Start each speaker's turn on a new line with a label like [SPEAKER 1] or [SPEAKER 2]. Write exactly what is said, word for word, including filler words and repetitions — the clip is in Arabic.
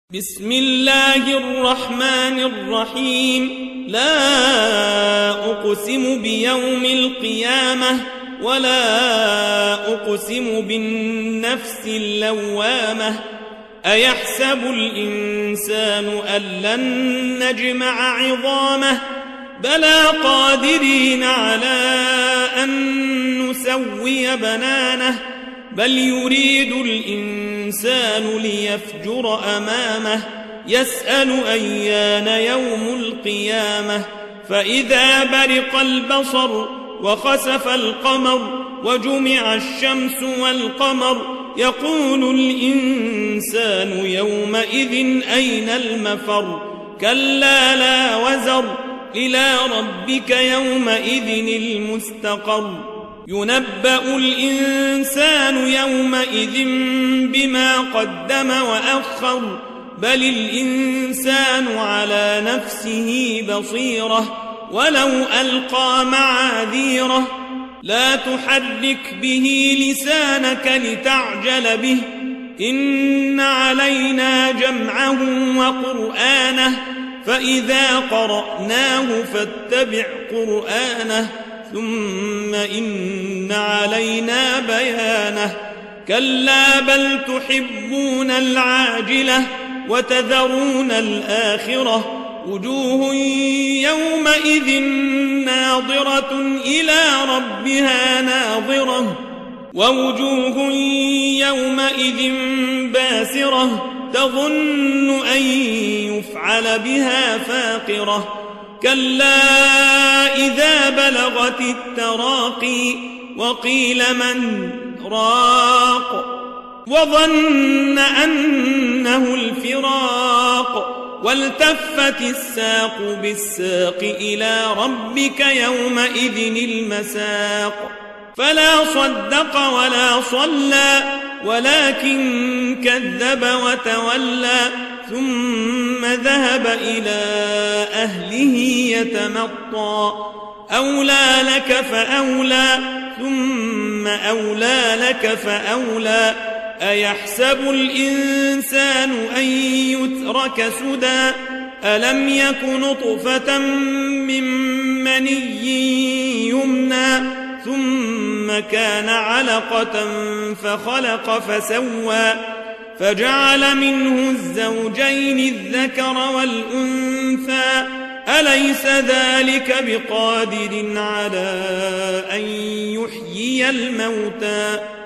[SPEAKER 1] بسم الله الرحمن الرحيم. لا أقسم بيوم القيامة ولا أقسم بالنفس اللوامة. أيحسب الإنسان أن لن نجمع عظامه بلى قادرين على أن نسوي بنانه بل يريد الإنسان ليفجر أمامه يسأل أيان يوم القيامة. فإذا برق البصر وخسف القمر وجمع الشمس والقمر يقول الإنسان يومئذ أين المفر. كلا لا وزر إلى ربك يومئذ المستقر. ينبأ الإنسان يومئذ بما قدم وأخر بل الإنسان على نفسه بصيرة ولو ألقى معاذيره. لا تحرك به لسانك لتعجل به إن علينا جمعه وقرآنه فإذا قرأناه فاتبع قرآنه ثم إن علينا بيانه. كلا بل تحبون العاجلة وتذرون الآخرة وجوه يومئذ ناظرة إلى ربها ناظرة ووجوه يومئذ باسرة تظن أن يفعل بها فاقرة. كلا إذا بلغت التراقي وقيل من راق وظن أنه الفراق والتفت الساق بالساق إلى ربك يومئذ المساق. فلا صدق ولا صلى ولكن كذب وتولى ثم ذهب إلى أهله يتمطى. أولى لك فأولى ثم أولى لك فأولى. أيحسب الإنسان أن يترك سدى ألم يك نطفة من مني يمنى ثم كان علقة فخلق فسوى فجعل منه الزوجين الذكر والأنثى. أليس ذلك بقادر على أن يحيي الموتى